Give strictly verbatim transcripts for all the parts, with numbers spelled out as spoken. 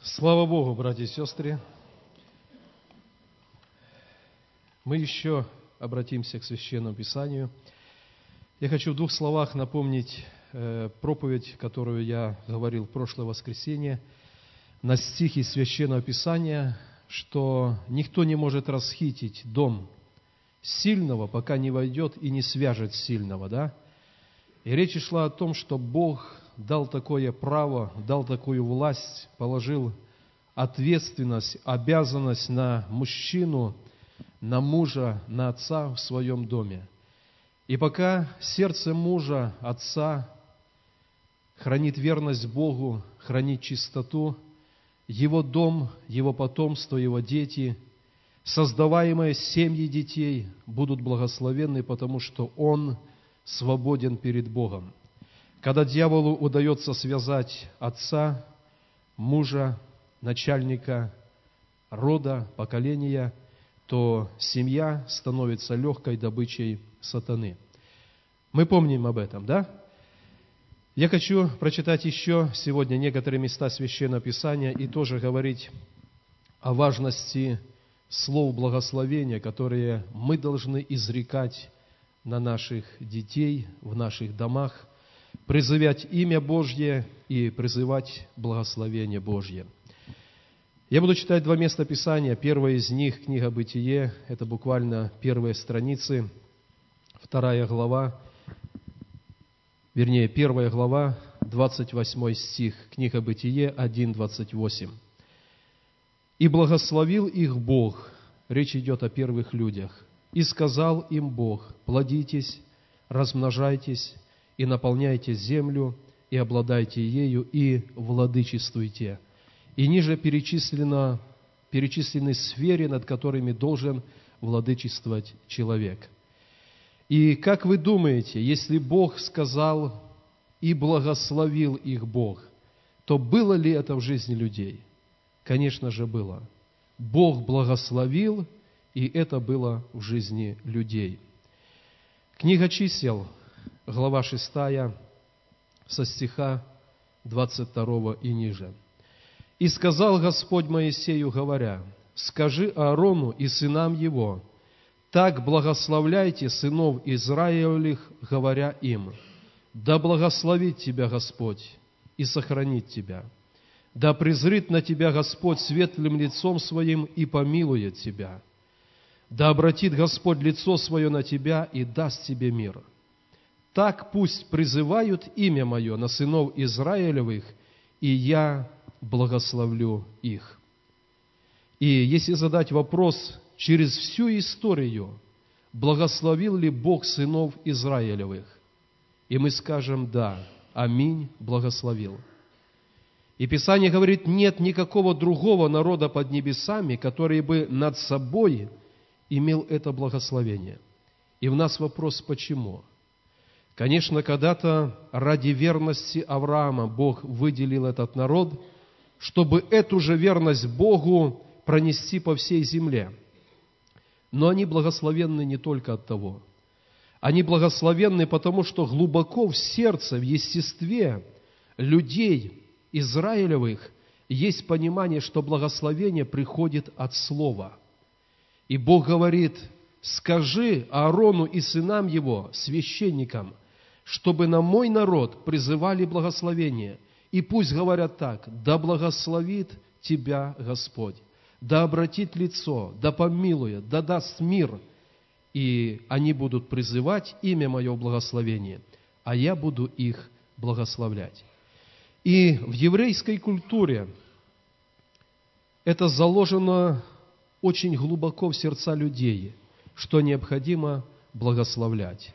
Слава Богу, братья и сестры! Мы еще обратимся к Священному Писанию. Я хочу в двух словах напомнить э, проповедь, которую я говорил в прошлое воскресенье, на стихи Священного Писания, что никто не может расхитить дом сильного, пока не войдет и не свяжет сильного, да? И речь шла о том, что Бог дал такое право, дал такую власть, положил ответственность, обязанность на мужчину, на мужа, на отца в своем доме. И пока сердце мужа, отца хранит верность Богу, хранит чистоту, его дом, его потомство, его дети, создаваемые семьи детей будут благословенны, потому что он свободен перед Богом. Когда дьяволу удается связать отца, мужа, начальника рода, поколения, то семья становится легкой добычей сатаны. Мы помним об этом, да? Я хочу прочитать еще сегодня некоторые места Священного Писания и тоже говорить о важности слов благословения, которые мы должны изрекать на наших детей, в наших домах, призывать имя Божье и призывать благословение Божье. Я буду читать два места Писания. Первое из них, книга Бытие, это буквально первые страницы, вторая глава, вернее, первая глава, двадцать восьмой стих, книга Бытие один, двадцать восемь. «И благословил их Бог», речь идет о первых людях, «и сказал им Бог: плодитесь, размножайтесь, и наполняйте землю, и обладайте ею, и владычествуйте». И ниже перечислено, перечислены сферы, над которыми должен владычествовать человек. И как вы думаете, если Бог сказал «и благословил их Бог», то было ли это в жизни людей? Конечно же, было. Бог благословил, и это было в жизни людей. Книга Чисел, глава шестая, со стиха двадцать второго и ниже. «И сказал Господь Моисею, говоря: скажи Аарону и сынам его: так благословляйте сынов Израилевых, говоря им: да благословит тебя Господь и сохранит тебя. Да презрит на тебя Господь светлым лицом своим и помилует тебя. Да обратит Господь лицо свое на тебя и даст тебе мир. Так пусть призывают имя мое на сынов Израилевых, и я благословлю их». И если задать вопрос, через всю историю благословил ли Бог сынов Израилевых? И мы скажем «да», аминь, благословил. И Писание говорит, нет никакого другого народа под небесами, который бы над собой имел это благословение. И в нас вопрос, почему? Конечно, когда-то ради верности Авраама Бог выделил этот народ, чтобы эту же верность Богу пронести по всей земле. Но они благословенны не только от того. Они благословенны потому, что глубоко в сердце, в естестве людей Израилевых есть понимание, что благословение приходит от Слова. И Бог говорит: скажи Аарону и сынам его, священникам, чтобы на мой народ призывали благословение. И пусть говорят так: да благословит тебя Господь, да обратит лицо, да помилует, да даст мир. И они будут призывать имя мое в благословение, а я буду их благословлять. И в еврейской культуре это заложено очень глубоко в сердца людей, что необходимо благословлять.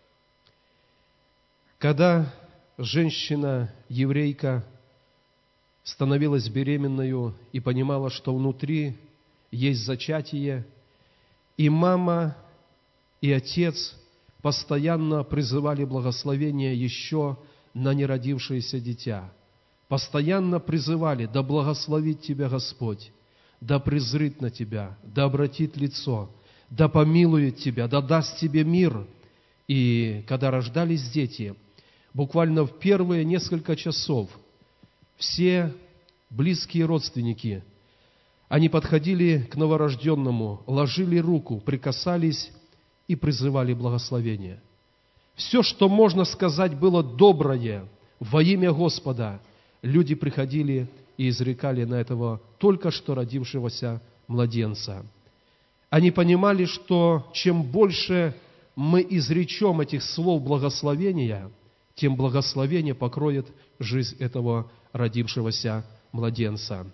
Когда женщина-еврейка становилась беременною и понимала, что внутри есть зачатие, и мама, и отец постоянно призывали благословение еще на неродившееся дитя. Постоянно призывали: да благословит тебя Господь, да презрит на тебя, да обратит лицо, да помилует тебя, да даст тебе мир. И когда рождались дети, буквально в первые несколько часов все близкие родственники, они подходили к новорожденному, ложили руку, прикасались и призывали благословение. Все, что можно сказать, было доброе во имя Господа. Люди приходили и изрекали на этого только что родившегося младенца. Они понимали, что чем больше мы изречем этих слов благословения, тем благословение покроет жизнь этого родившегося младенца.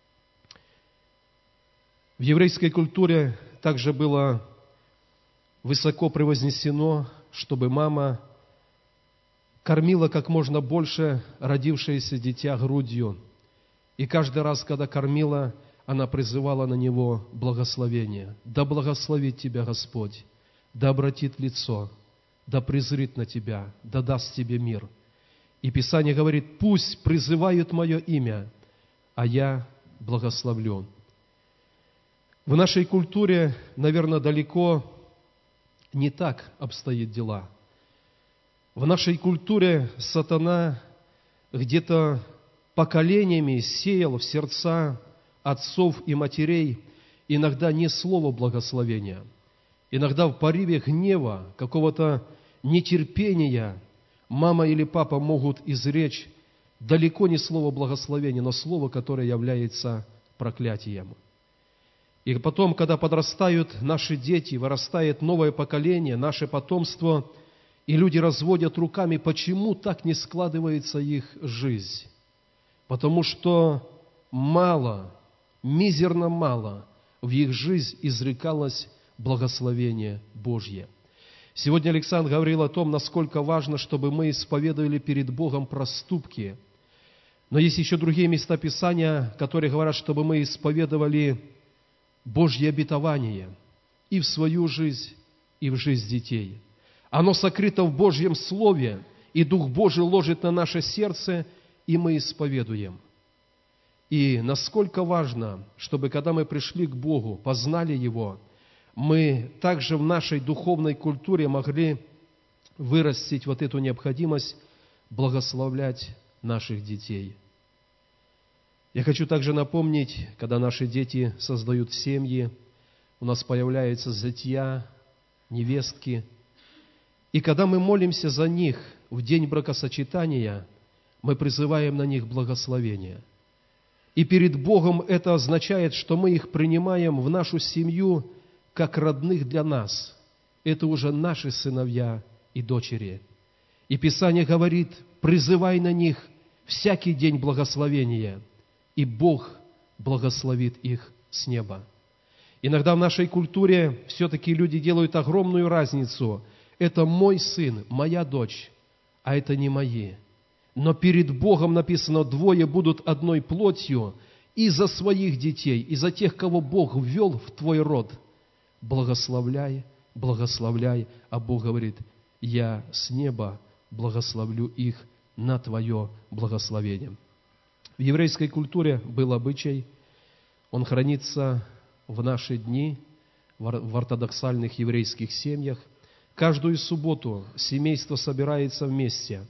В еврейской культуре также было высоко превознесено, чтобы мама кормила как можно больше родившееся дитя грудью. И каждый раз, когда кормила, она призывала на него благословение. «Да благословит тебя Господь, да обратит лицо, да презрит на тебя, да даст тебе мир». И Писание говорит: «Пусть призывают мое имя, а я благословлю». В нашей культуре, наверное, далеко не так обстоят дела. В нашей культуре сатана где-то поколениями сеял в сердца отцов и матерей иногда не слово благословения, иногда в порыве гнева, какого-то нетерпения мама или папа могут изречь далеко не слово благословения, но слово, которое является проклятием. И потом, когда подрастают наши дети, вырастает новое поколение, наше потомство, и люди разводят руками, почему так не складывается их жизнь? Потому что мало, мизерно мало в их жизнь изрекалось благословение Божье. Сегодня Александр говорил о том, насколько важно, чтобы мы исповедовали перед Богом проступки. Но есть еще другие места Писания, которые говорят, чтобы мы исповедовали Божье обетование и в свою жизнь, и в жизнь детей. Оно сокрыто в Божьем Слове, и Дух Божий ложит на наше сердце, и мы исповедуем. И насколько важно, чтобы, когда мы пришли к Богу, познали Его, мы также в нашей духовной культуре могли вырастить вот эту необходимость благословлять наших детей. Я хочу также напомнить, когда наши дети создают семьи, у нас появляются зятья, невестки, и когда мы молимся за них в день бракосочетания, мы призываем на них благословение. И перед Богом это означает, что мы их принимаем в нашу семью как родных для нас. Это уже наши сыновья и дочери. И Писание говорит: призывай на них всякий день благословения, и Бог благословит их с неба. Иногда в нашей культуре все-таки люди делают огромную разницу. Это мой сын, моя дочь, а это не мои. Но перед Богом написано: двое будут одной плотью, и за своих детей, и за тех, кого Бог ввел в твой род. Благословляй, благословляй, а Бог говорит: я с неба благословлю их на твое благословение. В еврейской культуре был обычай, он хранится в наши дни, в ортодоксальных еврейских семьях. Каждую субботу семейство собирается вместе,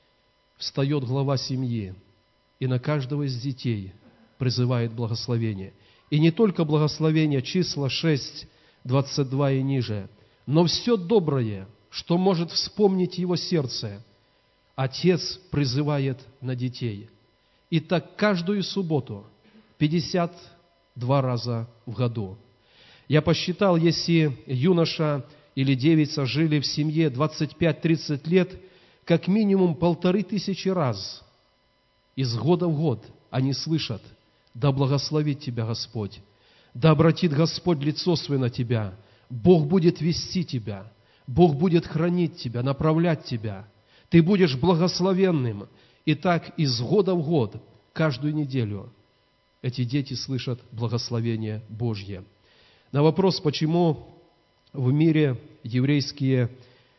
встает глава семьи и на каждого из детей призывает благословение. И не только благословение, числа шесть, двадцать два и ниже, но все доброе, что может вспомнить его сердце, отец призывает на детей. И так каждую субботу, пятьдесят два раза в году. Я посчитал, если юноша или девица жили в семье двадцать пять-тридцать лет, как минимум полторы тысячи раз из года в год они слышат: «Да благословит тебя Господь, да обратит Господь лицо свое на тебя, Бог будет вести тебя, Бог будет хранить тебя, направлять тебя, ты будешь благословенным». И так из года в год, каждую неделю, эти дети слышат благословение Божье. На вопрос, почему в мире еврейские,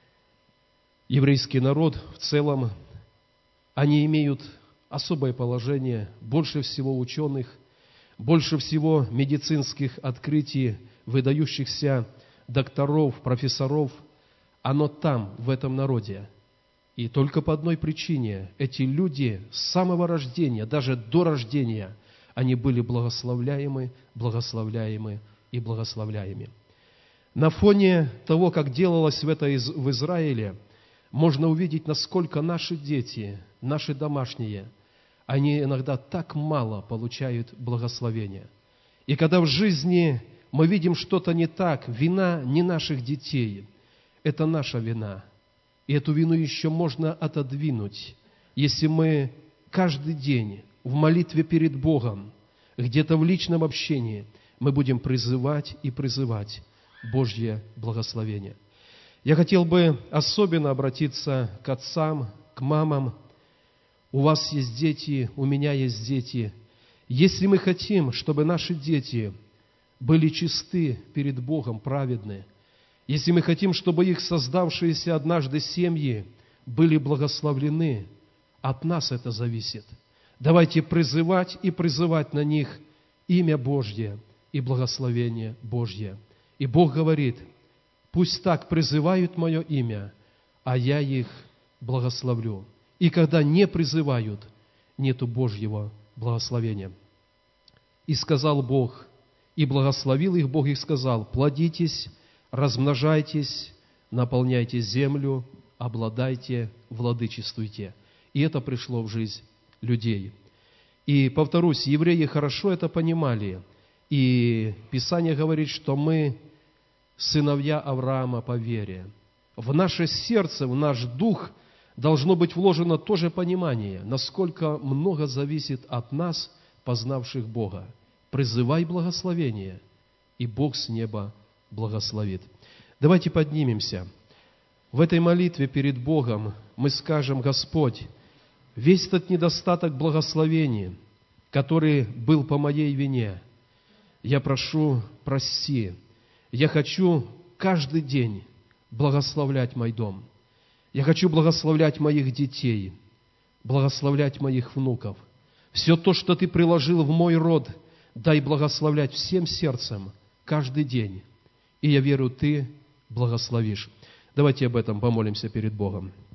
еврейский народ в целом, они имеют особое положение, больше всего ученых, больше всего медицинских открытий, выдающихся докторов, профессоров, оно там, в этом народе. И только по одной причине эти люди с самого рождения, даже до рождения, они были благословляемы, благословляемы и благословляемы. На фоне того, как делалось в, это в Израиле, можно увидеть, насколько наши дети, наши домашние, они иногда так мало получают благословения. И когда в жизни мы видим что-то не так, вина не наших детей, это наша вина. И эту вину еще можно отодвинуть, если мы каждый день в молитве перед Богом, где-то в личном общении, мы будем призывать и призывать Божье благословение. Я хотел бы особенно обратиться к отцам, к мамам. У вас есть дети, у меня есть дети. Если мы хотим, чтобы наши дети были чисты перед Богом, праведны, если мы хотим, чтобы их создавшиеся однажды семьи были благословлены, от нас это зависит. Давайте призывать и призывать на них имя Божье и благословение Божье. И Бог говорит: пусть так призывают Мое имя, а я их благословлю. И когда не призывают, нету Божьего благословения. И сказал Бог, и благословил их Бог, и сказал: плодитесь, размножайтесь, наполняйте землю, обладайте, владычествуйте. И это пришло в жизнь людей. И, повторюсь, евреи хорошо это понимали. И Писание говорит, что мы сыновья Авраама по вере. В наше сердце, в наш дух должно быть вложено тоже понимание, насколько много зависит от нас, познавших Бога. Призывай благословение, и Бог с неба благословит. Давайте поднимемся. В этой молитве перед Богом мы скажем: Господь, весь этот недостаток благословения, который был по моей вине, я прошу, прости. Я хочу каждый день благословлять мой дом. Я хочу благословлять моих детей, благословлять моих внуков. Все то, что Ты приложил в мой род, дай благословлять всем сердцем каждый день. И я верю, Ты благословишь. Давайте об этом помолимся перед Богом.